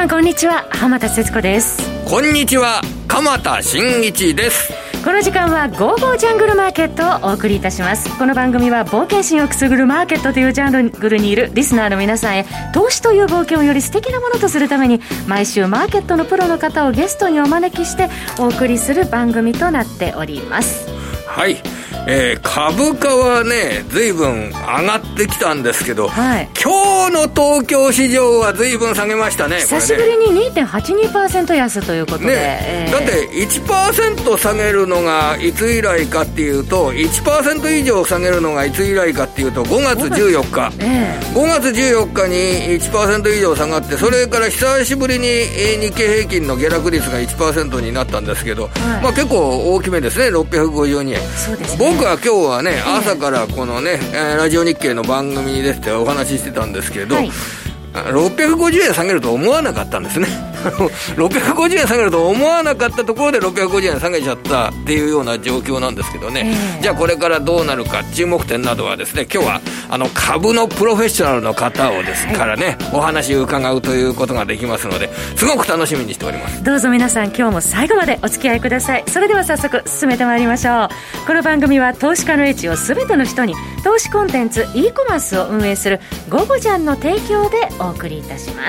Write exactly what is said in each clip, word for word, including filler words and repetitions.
さんこんにちは、浜田節子です。 こんにちは、鎌田新一です。 この時間はゴーゴージャングルマーケットをお送りいたします。この番組は冒険心をくすぐるマーケットというジャングルにいるリスナーの皆さんへ、投資という冒険をより素敵なものとするために、毎週マーケットのプロの方をゲストにお招きしてお送りする番組となっております。 はい、えー、株価はね随分上がってきたんですけど、はい、今日の東京市場は随分下げましたね。 久しぶりに にてんはちにパーセント 安ということで、ねえー、だって いちパーセント 下げるのがいつ以来かっていうと いちパーセント 以上下げるのがいつ以来かっていうとごがつじゅうよっか、えー、ごがつじゅうよっかに いちパーセント 以上下がって、それから久しぶりに日経平均の下落率が いちパーセント になったんですけど、はい、まあ、結構大きめですね。ろっぴゃくごじゅうにえん。 そうですね。 僕は今日はね、朝からこのね、えー、ラジオ日経の番組に出てお話ししてたんですけど、はい、ろっぴゃくごじゅうえん下げると思わなかったんですねろっぴゃくごじゅうえん下げると思わなかったところでろっぴゃくごじゅうえん下げちゃったっていうような状況なんですけどね、えー、じゃあこれからどうなるか、注目点などはですね、今日はあの株のプロフェッショナルの方をですからね、はい、お話を伺うということができますので、すごく楽しみにしております。 どうぞ皆さん今日も最後までお付き合いください。それでは早速進めてまいりましょう。この番組は投資家の英知をすべての人に、投資コンテンツ e コマースを運営するゴゴジャンの提供でお送りいたします。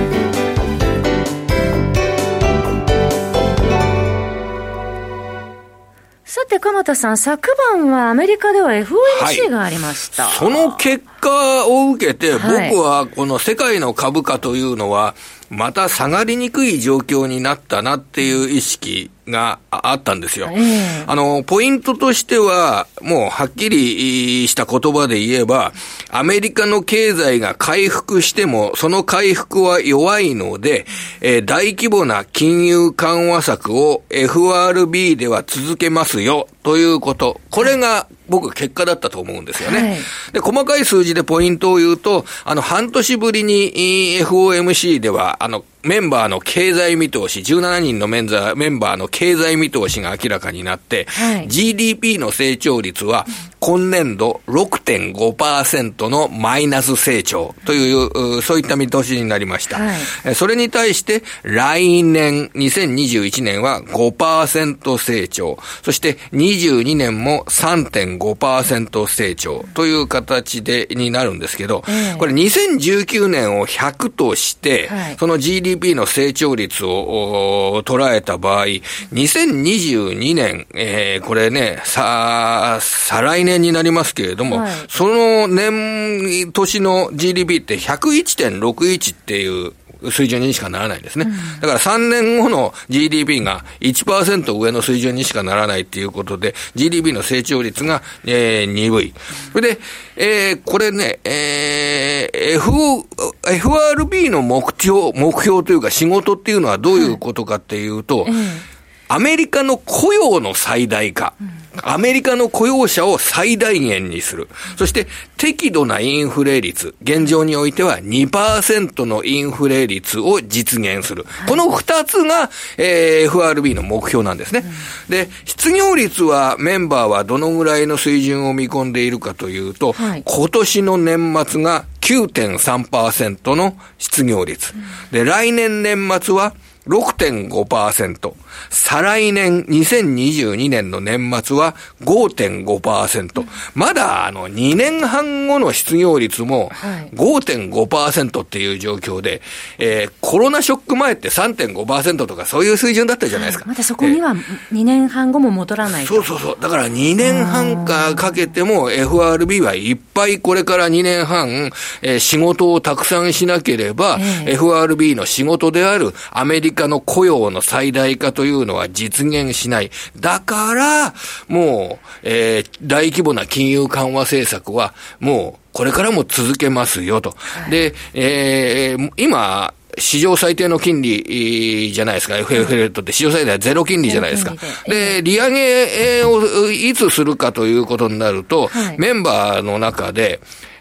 さて鎌田さん、昨晩はアメリカでは エフオーエムシー がありました、 はい、その結果を受けて、はい、僕はこの世界の株価というのはまた下がりにくい状況になったなっていう意識があったんですよ、えー、あのポイントとしてはもうはっきりした言葉で言えば、アメリカの経済が回復してもその回復は弱いので、えー、大規模な金融緩和策を エフアールビー では続けますよということ、これが僕結果だったと思うんですよね、はい、で細かい数字でポイントを言うと、あの半年ぶりに エフオーエムシー ではあのメンバーの経済見通し、じゅうななにんのメンバーの経済見通しが明らかになって、はい、ジーディーピー の成長率は今年度 ろくてんごパーセント のマイナス成長という、そういった見通しになりました、はい、それに対して来年にせんにじゅういちねんは ごパーセント 成長、そしてにじゅうにねんも さんてんごパーセント 成長という形でになるんですけど、えー、これにせんじゅうきゅうねんをひゃくとして、はい、その ジーディーピー の成長率を捉えた場合、にせんにじゅうにねん、えー、これね、さ、再来年になりますけれども、はい、その年、年の ジーディーピー って ひゃくいちてんろくいち っていう水準にしかならないですね、うん、だからさんねんごの ジーディーピー が いちパーセント 上の水準にしかならないっていうことで ジーディーピー の成長率が、えー、鈍い。それで、えー、これね、えー、F、エフアールビー の目標、目標というか仕事っていうのはどういうことかっていうと、はい、うん、アメリカの雇用の最大化、うん、アメリカの雇用者を最大限にする。そして適度なインフレ率、現状においては にパーセント のインフレ率を実現する。はい、この二つが、えー、エフアールビー の目標なんですね。うん、で、失業率はメンバーはどのぐらいの水準を見込んでいるかというと、はい、今年の年末が きゅうてんさんパーセント の失業率。うん、で、来年年末はろくてんごパーセント。再来年にせんにじゅうにねんの年末は ごてんごパーセント。まだあのにねんはんごの失業率も ごてんごパーセント っていう状況で、えー、コロナショック前って さんてんごパーセント とかそういう水準だったじゃないですか。 まだそこにはにねんはんごも戻らないと。 そうそうそう。だからにねんはんかかけても エフアールビー はいっぱいこれからにねんはん、えー、仕事をたくさんしなければ、えー、エフアールビー の仕事であるアメリカの雇用の最大化というのは実現しない。だから、もう、えー、大規模な金融緩和政策は、もう、これからも続けますよと。はい、で、えー、今、史上最低の金利じゃないですか。エフエフエル って史上最低はゼロ金利じゃないですか。で、利上げをいつするかということになると、はい、メンバーの中で、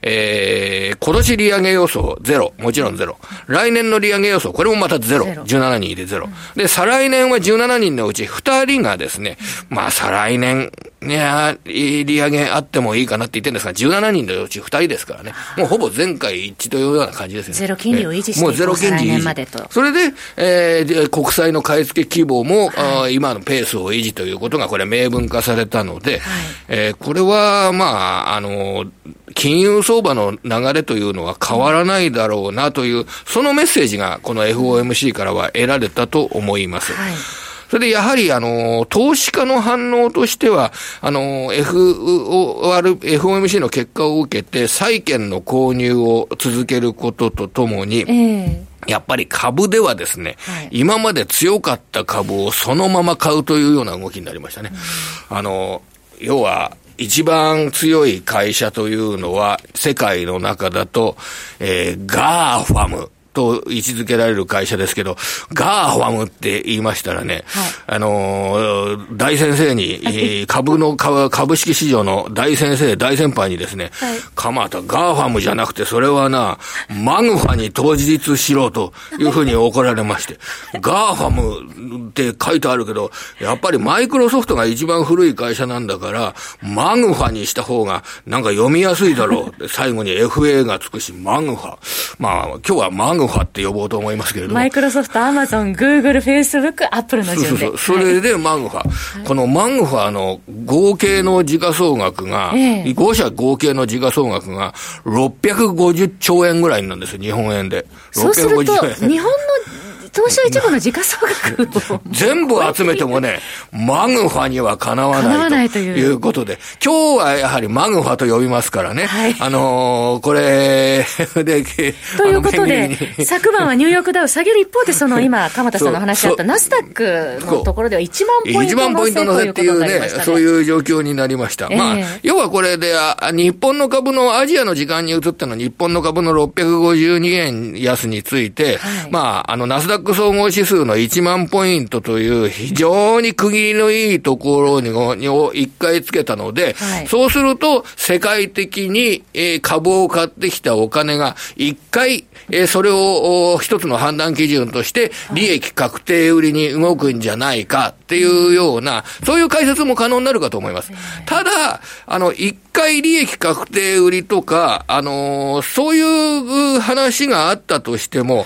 えー、今年利上げ予想ゼロ、もちろんゼロ。来年の利上げ予想、これもまたゼロ。じゅうななにんでゼロ。で、再来年はじゅうななにんのうちふたりがですね、まあ再来年、ね、利上げあってもいいかなって言ってるんですが、じゅうななにんのうちふたりですからね、もうほぼ前回一致というような感じですよね。 ゼロ金利を維持していこう、 もうゼロ金利維持。それで、えー、国債の買い付け規模も、はい、今のペースを維持ということがこれ明文化されたので、はい、えー、これはまあ、あの、金融相場の流れというのは変わらないだろうなという、そのメッセージがこの エフオーエムシー からは得られたと思います。はい、それでやはりあの、投資家の反応としては、あの、エフオーアール、エフオーエムシー の結果を受けて債券の購入を続けることとともに、えーやっぱり株ではですね、はい、今まで強かった株をそのまま買うというような動きになりましたね。うん、あの、要は、一番強い会社というのは、世界の中だと、えー、ガーファムと位置づけられる会社ですけど、ガーファムって言いましたらね、はい、あのー、大先生に、えー、株の株式市場の大先生、大先輩にですね、はい、鎌田、ガーファムじゃなくて、それはな、マグファに当日しろというふうに怒られまして、ガーファムって書いてあるけど、やっぱりマイクロソフトが一番古い会社なんだから、マグファにした方がなんか読みやすいだろうって、最後に エフエー がつくし、マグファ。まあ、今日はマグファって呼ぼうと思いますけれども。 マイクロソフト、アマゾン、グーグル、フェイスブック、アップルの順で。そうそうそう。それでマグファ。はい、このマグファの合計の時価総額が、ええ、ご社合計の時価総額がろっぴゃくごじゅっちょうえんぐらいなんですよ、日本円で。 そうすると、日本の東証一部の時価総額を全部集めてもね、マグファにはかなわないということで、今日はやはりマグファと呼びますからね。はい、あのー、これで、 ということで、昨晩はニューヨークダウ下げる一方で、その今、鎌田さんの話あったナスダックのところではいちまんポイントのせいちまんポイントのせっていうね、 そういう状況になりました。えー、まあ、要はこれで、日本の株のアジアの時間に移ったの日本の株のろっぴゃくごじゅうにえん安について、はい、まあ、あの、ナスダック総合指数のいちまんポイントという非常に区切りのいいところにを一回つけたので、はい、そうすると世界的に、えー、株を買ってきたお金が一回、えー、それを一つの判断基準として利益確定売りに動くんじゃないかっていうような、そういう解説も可能になるかと思います。ただ、あの、一回利益確定売りとか、あのー、そういう話があったとしても、はい、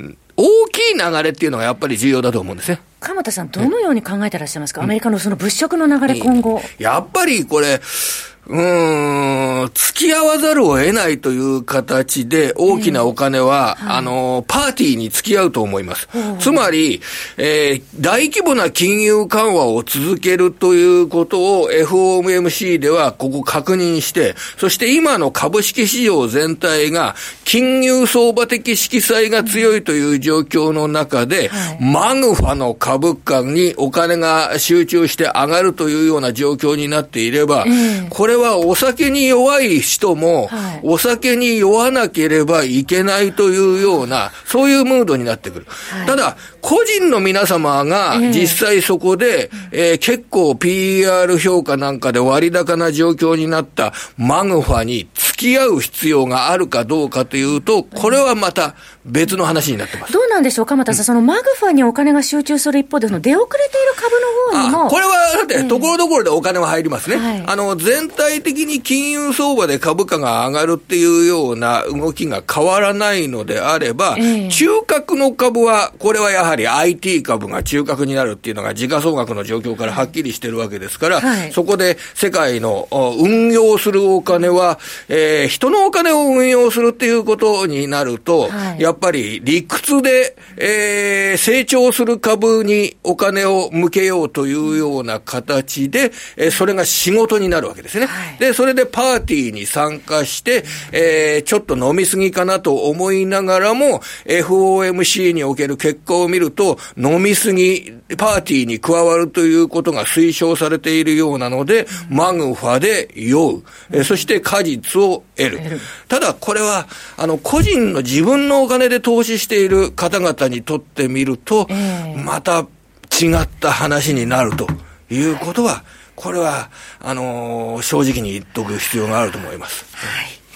大きい流れっていうのがやっぱり重要だと思うんですね。 鎌田さん、どのように考えてらっしゃいますか、うん、アメリカのその物色の流れ、今後。 やっぱりこれ、うーん、付き合わざるを得ないという形で大きなお金は、えーはい、あの、パーティーに付き合うと思います。つまり、えー、大規模な金融緩和を続けるということを エフオーエムシー ではここ確認して、そして今の株式市場全体が金融相場的色彩が強いという状況の中で、はい、マグファの株価にお金が集中して上がるというような状況になっていれば、えー、これこれはお酒に弱い人も、はい、お酒に酔わなければいけないというような、そういうムードになってくる。はい、ただ、個人の皆様が実際そこで、えーえー、結構 ピーイーアール 評価なんかで割高な状況になったマグファに付き合う必要があるかどうかというと、これはまた別の話になってます。 どうなんでしょう、鎌田さん、うん、そのマグファにお金が集中する一方で、その出遅れている株の方にも。 あ、これはだって、ところどころでお金は入りますね。はい、あの、全体的に金融相場で株価が上がるっていうような動きが変わらないのであれば、えー、中核の株は、これはやはり アイティー 株が中核になるっていうのが時価総額の状況からはっきりしてるわけですから、はい、そこで世界の運用するお金は、えー、人のお金を運用するっていうことになると、はい、やっぱり理屈で、えー、成長する株にお金を向けようというような形で、えー、それが仕事になるわけですね。はい、で、それでパーティーに参加して、えー、ちょっと飲みすぎかなと思いながらも、エフオーエムシー における結果を見ると、飲みすぎ、パーティーに加わるということが推奨されているようなので、うん、マグファで酔う、えー、そして果実を得る。ただ、これは、あの、個人の自分のお金で投資している方々にとってみると、えー、また違った話になるということは、これは、あのー、正直に言っとく必要があると思います。はい。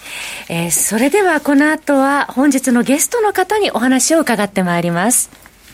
えー、それではこの後は本日のゲストの方にお話を伺ってまいります。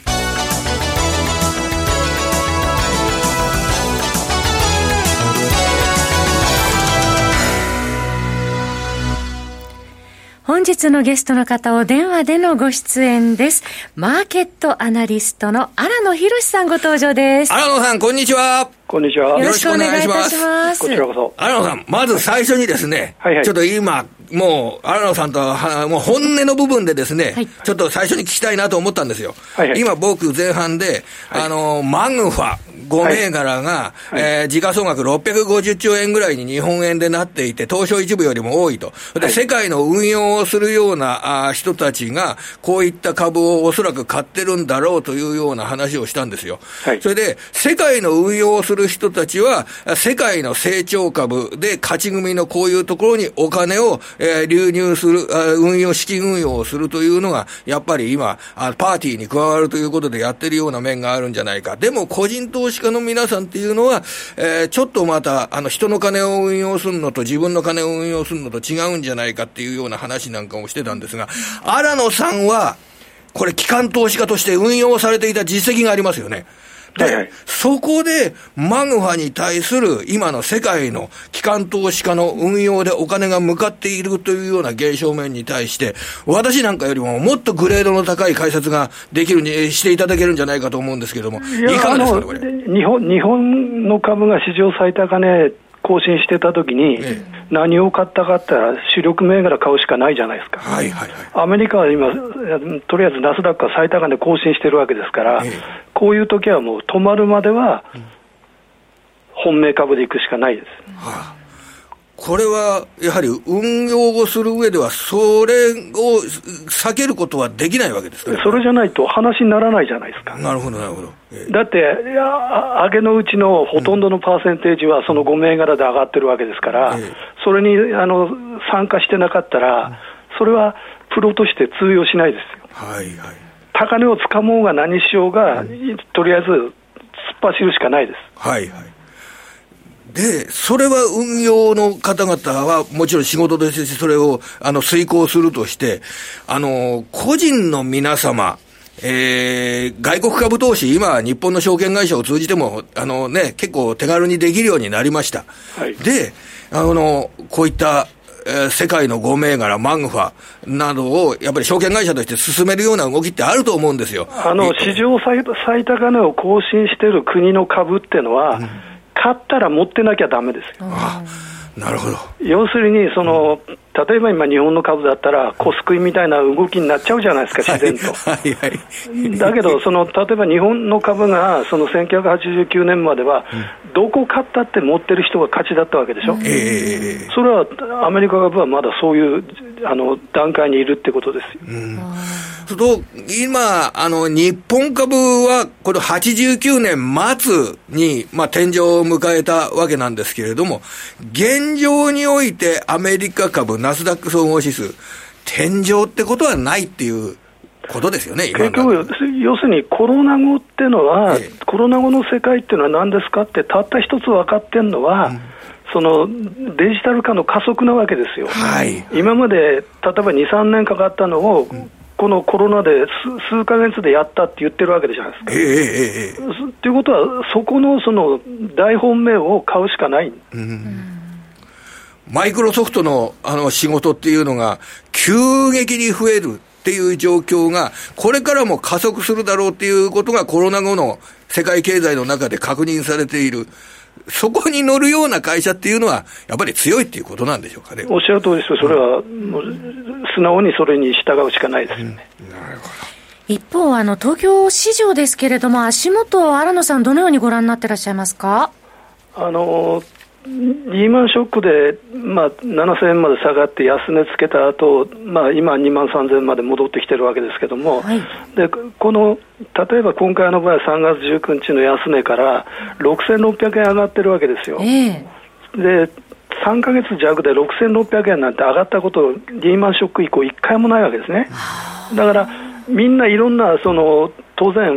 本日のゲストの方を電話でのご出演です。マーケットアナリストの荒野博さんご登場です。 荒野さん、こんにちは。 こんにちは。 よろしくお願いいたします。 こちらこそ。 荒野さん、まず最初にですね、はいはい、ちょっと今、もう、荒野さんとは、もう本音の部分でですね、はい、ちょっと最初に聞きたいなと思ったんですよ。はいはい、今僕前半で、はい、あの、マグファご銘柄が、はいえー、時価総額ろっぴゃくごじゅっちょうえんぐらいに日本円でなっていて、東証一部よりも多いと。で、はい、世界の運用をするようなあ人たちが、こういった株をおそらく買ってるんだろうというような話をしたんですよ。はい、それで、世界の運用をする人たちは、世界の成長株で勝ち組のこういうところにお金を、えー、流入する、運用、資金運用をするというのが、やっぱり今、パーティーに加わるということでやってるような面があるんじゃないか。でも、個人投資家の皆さんっていうのは、えー、ちょっとまた、あの、人の金を運用するのと自分の金を運用するのと違うんじゃないかっていうような話なんかをしてたんですが、荒野さんは、これ、機関投資家として運用されていた実績がありますよね。で、はいはい、そこでマグファに対する今の世界の機関投資家の運用でお金が向かっているというような現象面に対して、私なんかよりももっとグレードの高い解説ができるにしていただけるんじゃないかと思うんですけども、いかがですかね、これ。 日本、日本の株が史上最高値更新してたときに、ええ、何を買ったかって言ったら主力銘柄買うしかないじゃないですか。はいはいはい、アメリカは今とりあえずナスダックが最高値更新してるわけですから、ええ、こういう時はもう止まるまでは本命株でいくしかないです、うんはあ、 これはやはり運用をする上ではそれを避けることはできないわけですか、ね、 それじゃないと話にならないじゃないですか。 なるほどなるほど、ええ、 だって上げのうちのほとんどのパーセンテージはそのご銘柄で上がってるわけですから、ええ、それにあの参加してなかったらそれはプロとして通用しないですよ。はいはい、高値をつかもうが何しようが、うん、とりあえず突っ走るしかないです。はいはい。 で、それは運用の方々はもちろん仕事ですし、それをあの遂行するとして、あの、個人の皆様、えー、外国株投資、今、日本の証券会社を通じても、あのね、結構手軽にできるようになりました。はい、で、あの、こういった、えー、世界のご銘柄、マグファなどを、やっぱり証券会社として進めるような動きってあると思うんですよ。 あの、史上最、最高値を更新している国の株っていうのは、うん買ったら持ってなきゃダメですよ。ああ、なるほど。 要するにその、うん、例えば今日本の株だったら小すくいみたいな動きになっちゃうじゃないですか、自然と。はいはいはい、だけどその例えば日本の株がそのせんきゅうひゃくはちじゅうきゅうねんまでは、うん、どこ買ったって持ってる人が勝ちだったわけでしょ。えー、それはアメリカ株はまだそういうあの段階にいるってことですよ。うんと今あの日本株はこのはちじゅうきゅうねん末に、まあ、天井を迎えたわけなんですけれども、現状においてアメリカ株ナスダック総合指数天井ってことはないっていうことですよね。今結局要するにコロナ後っていうのは、ええ、コロナ後の世界っていうのは何ですかって、たった一つ分かってるのは、うん、そのデジタル化の加速なわけですよ。はい、今まで例えばにさんねんかかったのを、うん、このコロナで 数, 数ヶ月でやったって言ってるわけじゃないですか。えーえーえー、ということはそこのその大本命を買うしかない、うん、 マイクロソフト の, あの仕事っていうのが急激に増えるっていう状況がこれからも加速するだろうっていうことがコロナ後の世界経済の中で確認されている。そこに乗るような会社っていうのはやっぱり強いっていうことなんでしょうかね。 おっしゃる通りですよ。それはもう素直にそれに従うしかないですよね、うん、なるほど。 一方あの東京市場ですけれども、足元荒野さんどのようにご覧になってらっしゃいますか。 あのリーマンショックで、まあ、ななせんえんまで下がって安値つけた後、まあ今にまんさんぜんえんまで戻ってきてるわけですけども、はい、でこの例えば今回の場合はさんがつじゅうくにちの安値からろくせんろっぴゃくえん上がってるわけですよ、えー、でさんかげつ弱でろくせんろっぴゃくえんなんて上がったことリーマンショック以降いっかいもないわけですね。だからみんないろんなその当然、うん、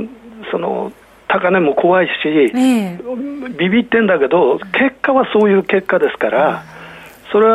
その高値も怖いし、えー、ビビってんだけど結果はそういう結果ですから、それは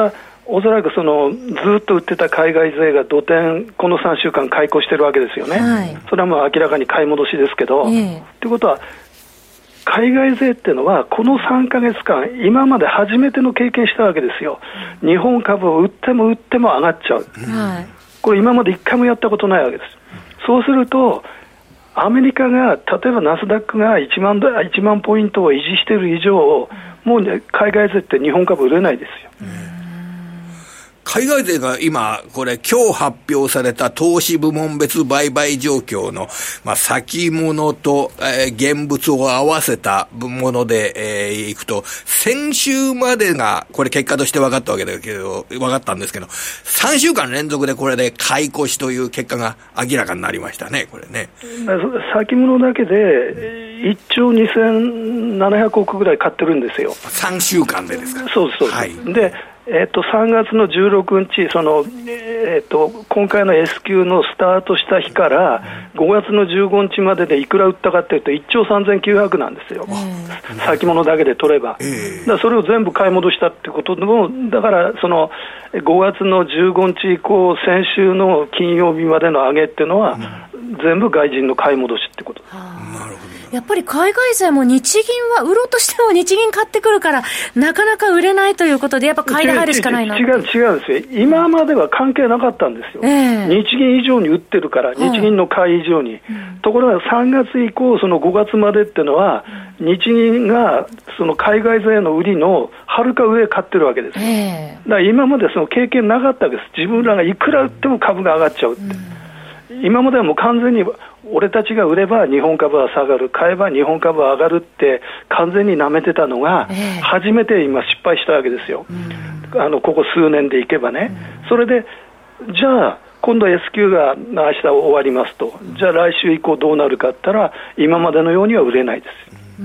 おそらくそのずっと売ってた海外勢が土転このさんしゅうかん買い越してるわけですよね、はい、それはもう明らかに買い戻しですけど、と、えー、いうことは海外勢っていうのはこのさんかげつかん今まで初めての経験したわけですよ。日本株を売っても売っても上がっちゃう、はい、これ今まで一回もやったことないわけです。そうするとアメリカが例えばナスダックがいちまん、いちまんポイントを維持している以上、もう、ね、海外勢って日本株売れないですよ。 海外勢が今、これ今日発表された投資部門別売買状況の、まあ、先物と、えー、現物を合わせたもので、えー、いくと、先週までが、これ結果として分かったわけだけど、分かったんですけど、さんしゅうかん連続でこれで買い越しという結果が明らかになりましたね、これね。 先物だけでいっちょうにせんななひゃくおくぐらい買ってるんですよ。 さんしゅうかんでですか。 そうそう、はい、でえー、とさんがつのじゅうろくにちその、えー、と今回の S q のスタートした日からごがつのじゅうごにちまででいくら売ったかというといっちょうさんぜんきゅうひゃくなんですよ、うん、先物だけで取れば、えー、だからそれを全部買い戻したってことでも、だからそのごがつのじゅうごにち以降先週の金曜日までの上げっていうのは、うん、全部外人の買い戻しってことです。 なるほど。やっぱり海外勢も日銀は売ろうとしても日銀買ってくるからなかなか売れないということで、やっぱ買いで入るしかないなって。 違う違うんですよ。今までは関係なかったんですよ、えー、日銀以上に売ってるから、日銀の買い以上に、うん、ところがさんがつ以降そのごがつまでっていうのは、うん、日銀がその海外勢の売りのはるか上買ってるわけです、えー、だから今までその経験なかったわけです。自分らがいくら売っても株が上がっちゃうって、うん、今まではもう完全に俺たちが売れば日本株は下がる、買えば日本株は上がるって完全に舐めてたのが、えー、初めて今失敗したわけですよ、うん、あのここ数年でいけばね、うん、それでじゃあ今度 S q が明日終わりますと、じゃあ来週以降どうなるかって言ったら今までのようには売れないです、 うん、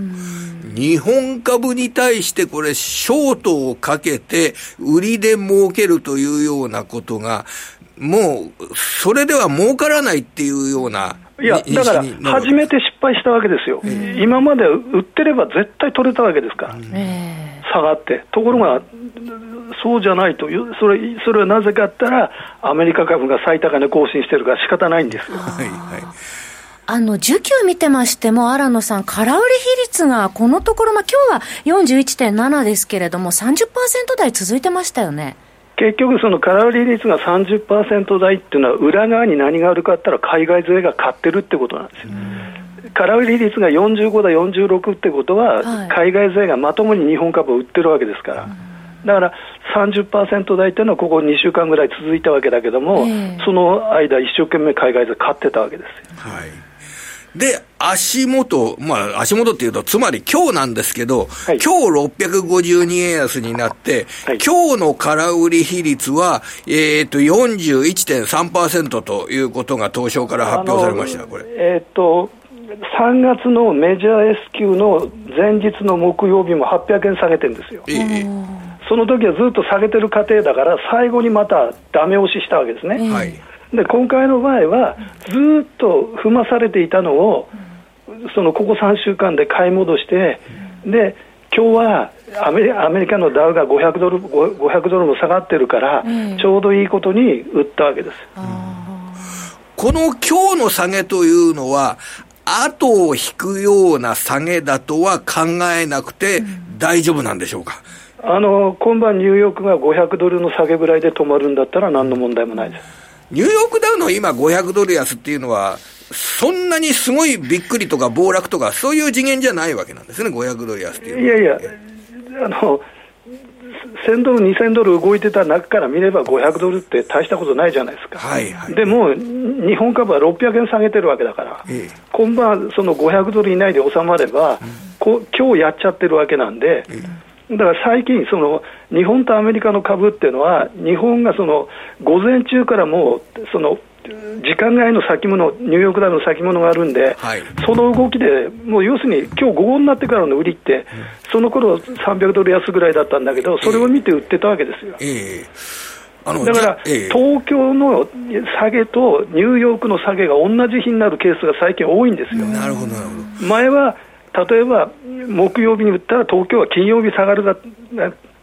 日本株に対してこれショートをかけて売りで儲けるというようなことがもうそれでは儲からないっていうような、 いやだから初めて失敗したわけですよ、えー、今まで売ってれば絶対取れたわけですから、えー、下がって。ところがそうじゃないという、それ、それはなぜかって言ったらアメリカ株が最高値更新してるから仕方ないんですよ。はいはい。 あの需給見てましても荒野さん、空売り比率がこのところ、まあ、今日は よんじゅういってんなな ですけれども さんじゅっパーセント 台続いてましたよね。 結局その空売り率が さんじゅっパーセント 台っていうのは裏側に何があるかって言ったら海外勢が買ってるってことなんですよ。空売り率がよんじゅうごだよんじゅうろくってことは、はい、海外勢がまともに日本株を売ってるわけですから、だから さんじゅっパーセント 台っていうのはここにしゅうかんぐらい続いたわけだけども、えー、その間一生懸命海外勢買ってたわけですよ。はい。 で、足元、まあ足元っていうとつまり今日なんですけど、はい、今日ろっぴゃくごじゅうにえん安になって、はい、今日の空売り比率は、えっと よんじゅういってんさんパーセント ということが東証から発表されました。これ。 えっとさんがつのメジャー S q の前日の木曜日もはっぴゃくえん下げてるんですよ。えー、その時はずっと下げてる過程だから最後にまたダメ押ししたわけですね。はい。で今回の場合はずっと踏まされていたのをそのここさんしゅうかんで買い戻して、で今日はアメリ、アメリカのダウがごひゃくドル、ごひゃくドルも下がってるから、ちょうどいいことに売ったわけです。 この今日の下げというのは後を引くような下げだとは考えなくて大丈夫なんでしょうか。 あの今晩ニューヨークがごひゃくドルの下げぐらいで止まるんだったら何の問題もないです。 ニューヨークダウの今ごひゃくドル安っていうのはそんなにすごいびっくりとか暴落とかそういう次元じゃないわけなんですね。ごひゃくドル安っていうのは。 いやいや、あのせんドルにせんドル動いてた中から見ればごひゃくドルって大したことないじゃないですか。はいはい、でも日本株はろっぴゃくえん下げてるわけだから、ええ、今晩そのごひゃくドル以内で収まれば、うん、こ今日やっちゃってるわけなんで、ええ、だから最近その日本とアメリカの株っていうのは日本がその午前中からもうその時間外の先物、ニューヨークダウの先物があるんで、はい、その動きでもう要するに今日午後になってからの売りって、うん、その頃さんびゃくドル安ぐらいだったんだけどそれを見て売ってたわけですよ。えーえー、あのだから、えー、東京の下げとニューヨークの下げが同じ日になるケースが最近多いんですよ。 なるほどなるほど。 前は例えば木曜日に売ったら東京は金曜日下がるだ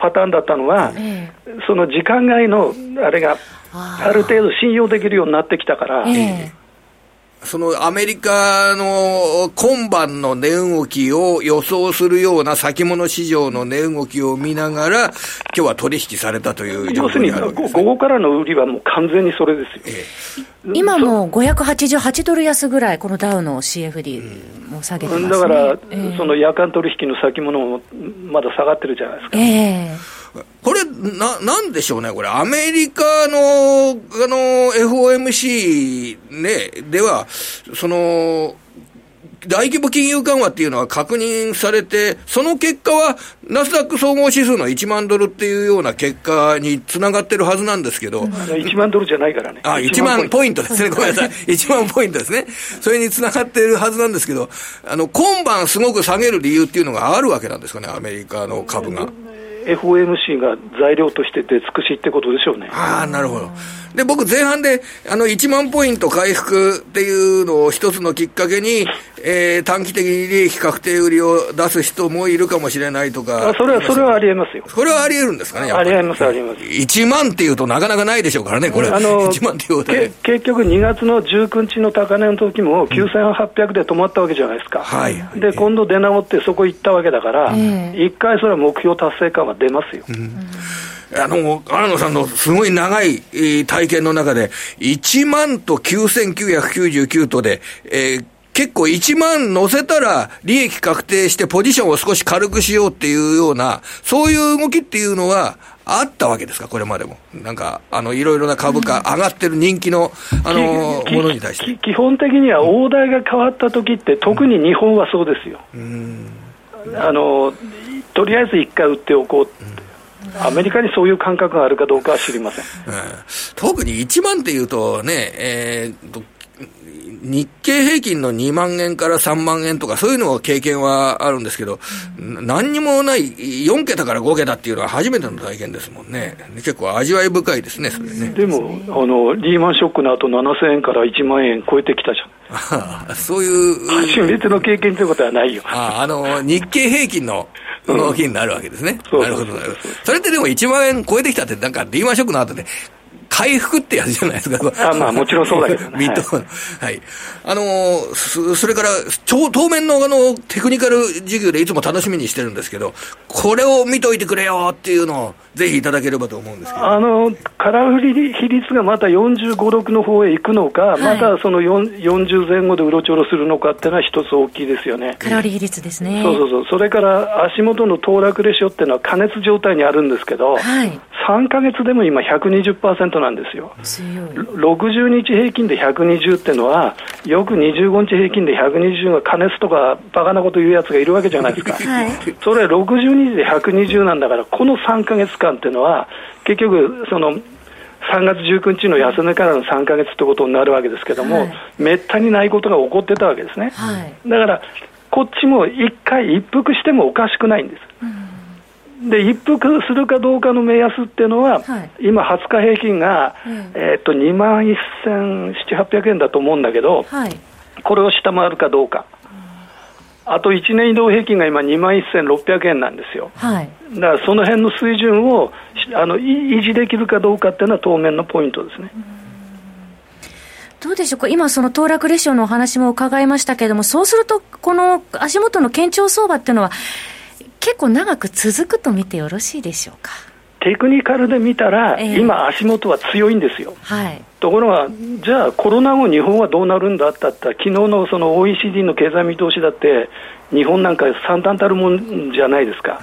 パターンだったのは、えー、その時間外のあれがある程度信用できるようになってきたから、えーそのアメリカの今晩の値動きを予想するような先物市場の値動きを見ながら、今日は取引されたという状況にあるわけです、ね。 要するに、午後からの売りはもう完全にそれですよ。 ええ、今もごひゃくはちじゅうはちドル安ぐらい、このダウの シーエフディー も下げてますね。 だから、 えー、 その夜間取引の先物もまだ下がってるじゃないですか。 ええ、 これ、な、なんでしょうね、これ。アメリカの、あの、エフオーエムシー ね、では、その、大規模金融緩和っていうのは確認されて、その結果は、ナスダック総合指数のいちまんドルっていうような結果につながってるはずなんですけど。 いちまんドルじゃないからね。 あ、いちまんポイントですね。ごめんなさい。いちまんポイントですね。それにつながってるはずなんですけど、あの、今晩すごく下げる理由っていうのがあるわけなんですかね、アメリカの株が。 エフオーエムシー が材料として出尽くしってことでしょうね。 ああ、なるほど。で、僕前半で、あの、いちまんポイント回復っていうのを一つのきっかけに、えー、短期的に利益確定売りを出す人もいるかもしれないとか。 あ、それは、それはありえますよ。 これはあり得るんですかね、やっぱり。 ありえます、ありえます。 いちまんっていうとなかなかないでしょうからね、これ。あの、いちまんっていうことで。 結局にがつのじゅうくにちの高値の時もきゅうせんはっぴゃくで止まったわけじゃないですか。 はい。 で、今度出直ってそこ行ったわけだから、一回それは目標達成感は出ますよ。うん、 あの、荒野さんのすごい長い、えー、体験の中で、いちまんときゅうせんきゅうひゃくきゅうじゅうきゅうとで、えー、結構いちまん乗せたら利益確定してポジションを少し軽くしようっていうような、そういう動きっていうのはあったわけですか、これまでも。なんか、あの、いろいろな株価、上がってる人気の、あの、ものに対して。 基本的には大台が変わった時って、特に日本はそうですよ。うん、あの、とりあえず一回売っておこう。うん、アメリカにそういう感覚があるかどうかは知りません。うん、 特にいちまんっていうとね、えーと、日経平均のにまんえんからさんまんえんとかそういうの経験はあるんですけど、うん、何にもないよんけたからごけたっていうのは初めての体験ですもんね。結構味わい深いですね、それね。 でもあのリーマンショックの後ななせんえんからいちまんえん超えてきたじゃん。そういう初めての経験ということはないよ。 ああ、あの日経平均の動きになるわけですね。うん、なるほどなるほど。それってでもいちまんえん超えてきたってなんかリーマンショックの後で回復ってやつじゃないですか。 あ、まあもちろんそうだけどね。 はい。はい。あのー、そ、それから、超、当面のあの、テクニカル授業でいつも楽しみにしてるんですけど、これを見といてくれよっていうのを、ぜひいただければと思うんですけど。 あの、空売り比率がまたよんじゅうご、ろくの方へ行くのか、はい、またそのよんじゅうぜん後でうろちょろするのかっていうのは一つ大きいですよね。 空売り比率ですね。 そうそうそう。それから足元の騰落レシオっていうのは過熱状態にあるんですけど、はい、さんかげつでも今 ひゃくにじゅっパーセント なんですよ。ろくじゅうにち平均でひゃくにじゅうっていうのは、よくにじゅうごにち平均でひゃくにじゅうが過熱とかバカなこと言うやつがいるわけじゃないですか。はい、それろくじゅうにちでひゃくにじゅうなんだから、このさんかげつかんっていうのは結局そのさんがつじゅうくにちの安値からのさんかげつってことになるわけですけども、はい、めったにないことが起こってたわけですね。はい、だからこっちも一回一服してもおかしくないんです。うん、で一服するかどうかの目安っていうのは、はい、今はつか平均が、うん、えー、っとにまんせんななひゃく、はっぴゃくえんだと思うんだけど、はい、これを下回るかどうか、うん、あといちねん移動平均が今にまんせんろっぴゃくえんなんですよ。はい、だからその辺の水準をあの維持できるかどうかっていうのは当面のポイントですね。うん、 どうでしょうか。今その騰落レシオのお話も伺いましたけれども、そうするとこの足元の堅調相場っていうのは結構長く続くと見てよろしいでしょうか。 テクニカルで見たら、えー、今足元は強いんですよ。はい、ところがじゃあコロナ後日本はどうなるんだってあったら、昨日のその オーイーシーディー の経済見通しだって日本なんか惨憺たるもんじゃないですか。はい、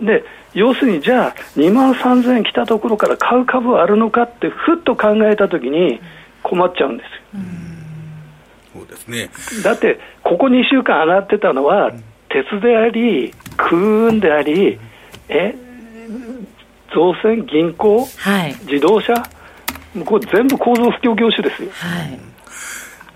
で要するにじゃあにまんさんぜんえん来たところから買う株はあるのかってふっと考えたときに困っちゃうんですよ。 うん、そうですね。 だってここにしゅうかん上がってたのは、うん、鉄であり空運であり、え造船、銀行、はい、自動車、これ全部構造不況業種ですよ。はい、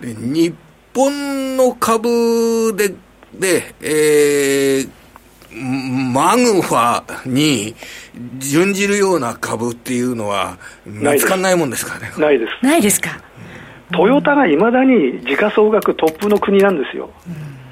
で日本の株で、でえー、マグファに準じるような株っていうのは見つかんないもんですからね。 ないです。 ないですか。 トヨタがいまだに時価総額トップの国なんですよ。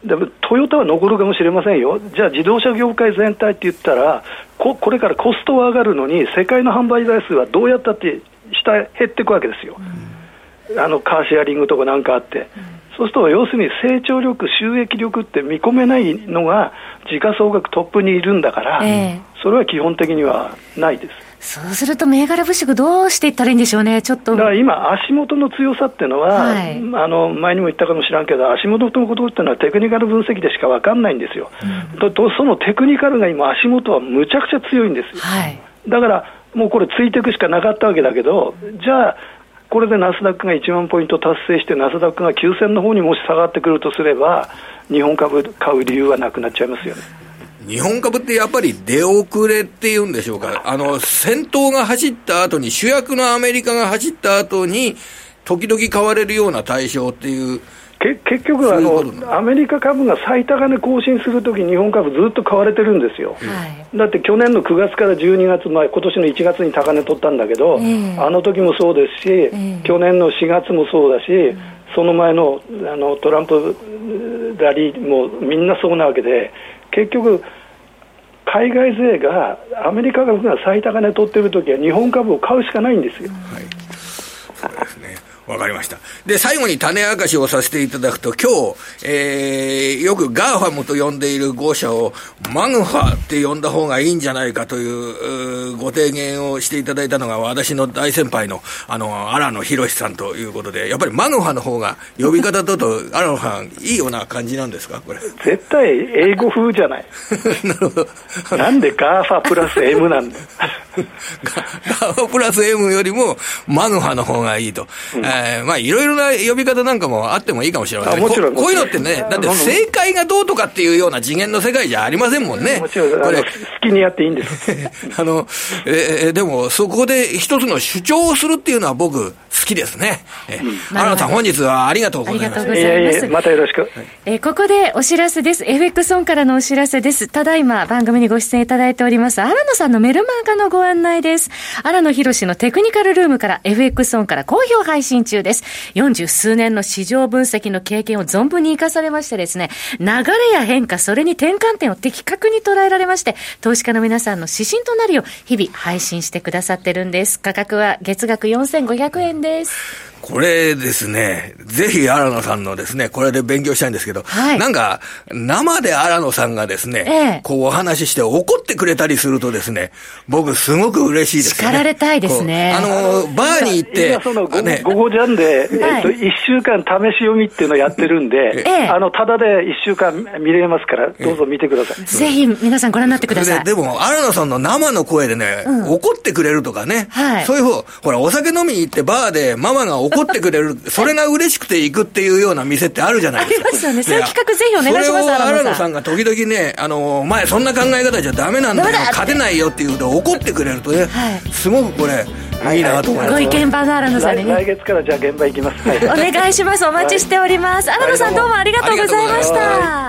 でもトヨタは残るかもしれませんよ。じゃあ自動車業界全体って言ったら こ, これからコストは上がるのに世界の販売台数はどうやったって下減っていくわけですよ、うん、あのカーシェアリングとかなんかあって、うん、そうすると要するに成長力収益力って見込めないのが時価総額トップにいるんだから、えー、それは基本的にはないです。 そうすると銘柄物色どうしていったらいいんでしょうね。ちょっとだから今足元の強さっていうのは、はい、あの前にも言ったかもしれんけど足元のことっていうのはテクニカル分析でしか分かんないんですよ、うん、ととそのテクニカルが今足元はむちゃくちゃ強いんですよ、はい、だからもうこれついていくしかなかったわけだけど、じゃあこれでナスダックがいちまんポイント達成してナスダックがきゅうせんの方にもし下がってくるとすれば日本株買う理由はなくなっちゃいますよね。 日本株ってやっぱり出遅れっていうんでしょうか。あの先頭が走った後に主役のアメリカが走った後に時々買われるような対象っていうけ結局あのアメリカ株が最高値更新するとき日本株ずっと買われてるんですよ、はい、だって去年のくがつからじゅうにがつまえ今年のいちがつに高値取ったんだけど、えー、あの時もそうですし、えー、去年のしがつもそうだし、うん、その前の、あのトランプラリーもみんなそうなわけで結局海外勢がアメリカ株が最高値取っているときは日本株を買うしかないんですよ、 はい、そうですね。わかりました。で、最後に種明かしをさせていただくと、今日、えー、よくガーファムと呼んでいるご社をマグファって呼んだ方がいいんじゃないかというご提言をしていただいたのが私の大先輩のあの荒野博さんということで、やっぱりマグファの方が呼び方だと荒野さんいいような感じなんですかこれ。 絶対英語風じゃない。なるほど。なんでガーファプラス M なんだ。 ガーファプラス M よりもマグファの方がいいと。うんえー、まあいろいろな呼び方なんかもあってもいいかもしれません。もちろんこ, こういうのってね、だって正解がどうとかっていうような次元の世界じゃありませんもんね。 もちろんこれ好きにやっていいんです。 あの、えー、でもそこで一つの主張をするっていうのは僕好きですね。えー、原野さん本日はありがとうございます。 ありがとうございます。いえいえまたよろしく。 えー、ここでお知らせです。エフエックスオンからのお知らせです。ただいま番組にご出演いただいております荒野さんのメルマガのご案内です。荒野博のテクニカルルームから エフエックスオンから好評配信中です。よんじゅう数年の市場分析の経験を存分に生かされましてですね、流れや変化、それに転換点を的確に捉えられまして、投資家の皆さんの指針となるよう日々配信してくださってるんです。価格は月額よんせんごひゃくえんです。 これですね、ぜひ荒野さんのですね、これで勉強したいんですけど、はい、なんか生で荒野さんがですね、ええ、こうお話しして怒ってくれたりするとですね、僕すごく嬉しいですね。 叱られたいですね。 あのバーに行って今その午後ジャンで、えっと、いっしゅうかん試し読みっていうのをやってるんで、ええ、あのただでいっしゅうかん見れますからどうぞ見てください。 ぜひ皆さんご覧になってください。 で, でも荒野さんの生の声でね、うん、怒ってくれるとかね、はい、そういう方、ほらお酒飲みに行ってバーでママが怒ってくれるそれが嬉しくて行くっていうような店ってあるじゃないですか。 ありますよね。そういう企画ぜひお願いします。 それを荒野さんが時々ね、あの前そんな考え方じゃダメなんだよ、勝てないよっていうと怒ってくれるとね、はい、すごくこれいいなと思います。 ご意見番の荒野さんにね、 来月からじゃあ現場行きます。はい、 お願いします。お待ちしております。荒野さんどうもありがとうございました。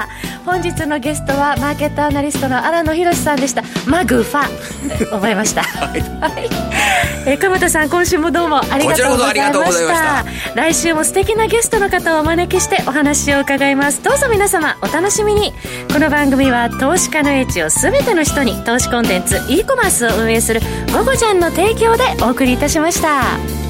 本日のゲストはマーケットアナリストの荒野博さんでした。マグファ覚えました。はい。えー、鎌田さん今週もどうもありがとうございました。来週も素敵なゲストの方をお招きしてお話を伺います。どうぞ皆様お楽しみに。この番組は投資家の英知をすべての人に投資コンテンツ e コマースを運営するゴゴちゃんの提供でお送りいたしました。